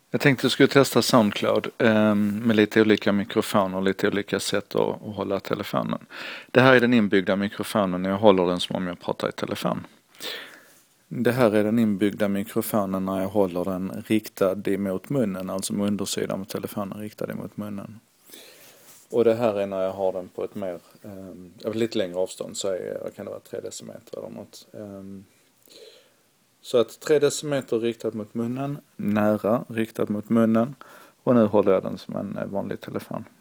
Jag tänkte att jag skulle testa Soundcloud med lite olika mikrofoner och lite olika sätt att hålla telefonen. Det här är den inbyggda mikrofonen när jag håller den som om jag pratar i telefon. Det här är den inbyggda mikrofonen när jag håller den riktad emot munnen, alltså med undersidan av telefonen riktad emot munnen. Och det här är när jag har den på ett lite längre avstånd, så kan det vara 3 decimeter eller något. Så att 3 decimeter riktat mot munnen, nära riktat mot munnen, och nu håller jag den som en vanlig telefon.